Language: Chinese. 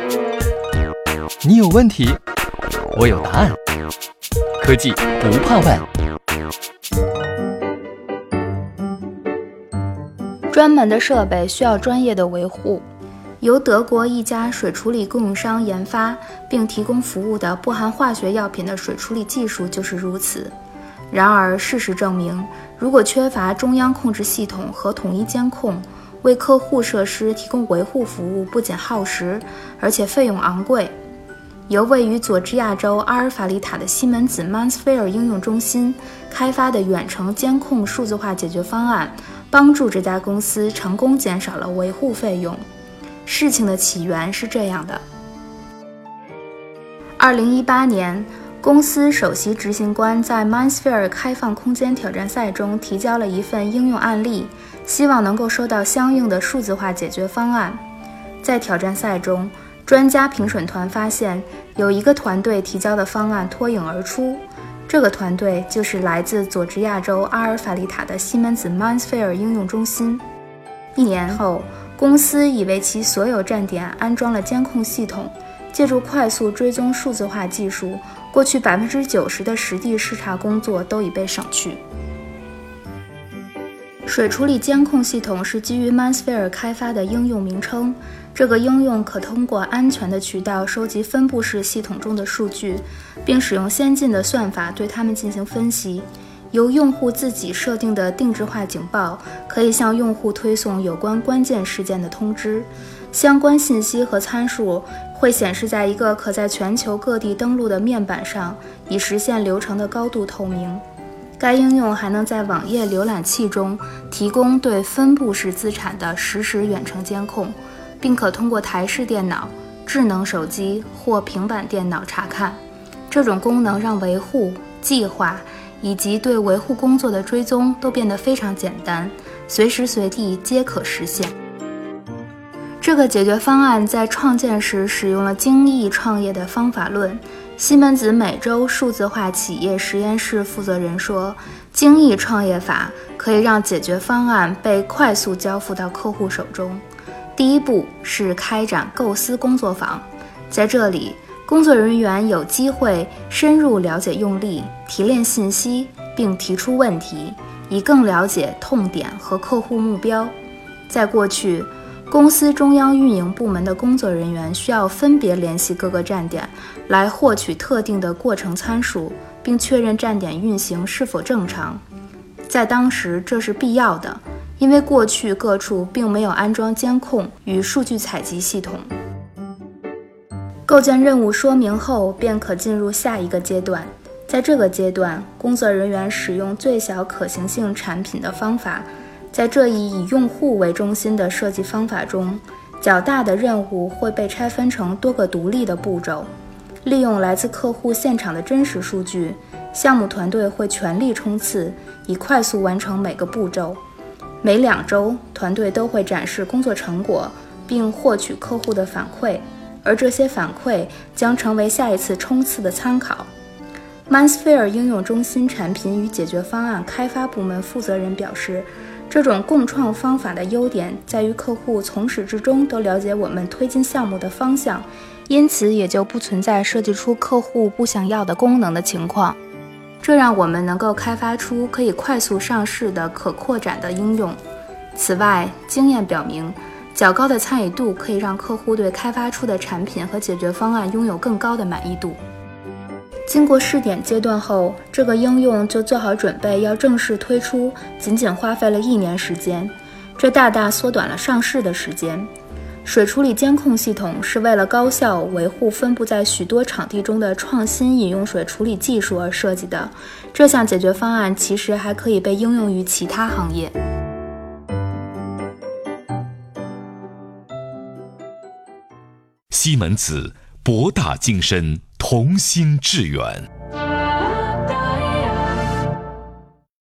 你有问题，我有答案。科技不怕问。 专门的设备需要专业的维护。由德国一家水处理供应商研发并提供服务的不含化学药品的水处理技术就是如此。然而，事实证明，如果缺乏中央控制系统和统一监控，为客户设施提供维护服务不仅耗时，而且费用昂贵。由位于佐治亚州阿尔法利塔的西门子 MindSphere 应用中心开发的远程监控数字化解决方案，帮助这家公司成功减少了维护费用。事情的起源是这样的：2018年，公司首席执行官在 MindSphere 开放空间挑战赛中提交了一份应用案例，希望能够收到相应的数字化解决方案。在挑战赛中，专家评审团发现有一个团队提交的方案脱颖而出，这个团队就是来自佐治亚州阿尔法利塔的西门子 MindSphere 应用中心。1年后，公司已为其所有站点安装了监控系统，借助快速追踪数字化技术，过去90%的实地视察工作都已被省去。水处理监控系统是基于 MindSphere 开发的应用名称。这个应用可通过安全的渠道收集分布式系统中的数据，并使用先进的算法对它们进行分析。由用户自己设定的定制化警报可以向用户推送有关关键事件的通知，相关信息和参数会显示在一个可在全球各地登录的面板上，以实现流程的高度透明。该应用还能在网页浏览器中提供对分布式资产的实时远程监控，并可通过台式电脑、智能手机或平板电脑查看。这种功能让维护、计划以及对维护工作的追踪都变得非常简单，随时随地皆可实现。这个解决方案在创建时使用了精益创业的方法论。西门子美洲数字化企业实验室负责人说，精益创业法可以让解决方案被快速交付到客户手中。第一步是开展构思工作坊，在这里，工作人员有机会深入了解用例，提炼信息，并提出问题，以更了解痛点和客户目标。在过去，公司中央运营部门的工作人员需要分别联系各个站点，来获取特定的过程参数，并确认站点运行是否正常。在当时，这是必要的，因为过去各处并没有安装监控与数据采集系统。构建任务说明后，便可进入下一个阶段。在这个阶段，工作人员使用最小可行性产品的方法。在这一以用户为中心的设计方法中，较大的任务会被拆分成多个独立的步骤。利用来自客户现场的真实数据，项目团队会全力冲刺，以快速完成每个步骤。每2周，团队都会展示工作成果，并获取客户的反馈，而这些反馈将成为下一次冲刺的参考。MindSphere 应用中心产品与解决方案开发部门负责人表示，这种共创方法的优点在于客户从始至终都了解我们推进项目的方向，因此也就不存在设计出客户不想要的功能的情况。这让我们能够开发出可以快速上市的可扩展的应用。此外，经验表明，较高的参与度可以让客户对开发出的产品和解决方案拥有更高的满意度。经过试点阶段后，这个应用就做好准备要正式推出，仅花费了1年时间，这大大缩短了上市的时间。水处理监控系统是为了高效维护分布在许多场地中的创新饮用水处理技术而设计的。这项解决方案其实还可以被应用于其他行业。 西门子博大精深，同心致远。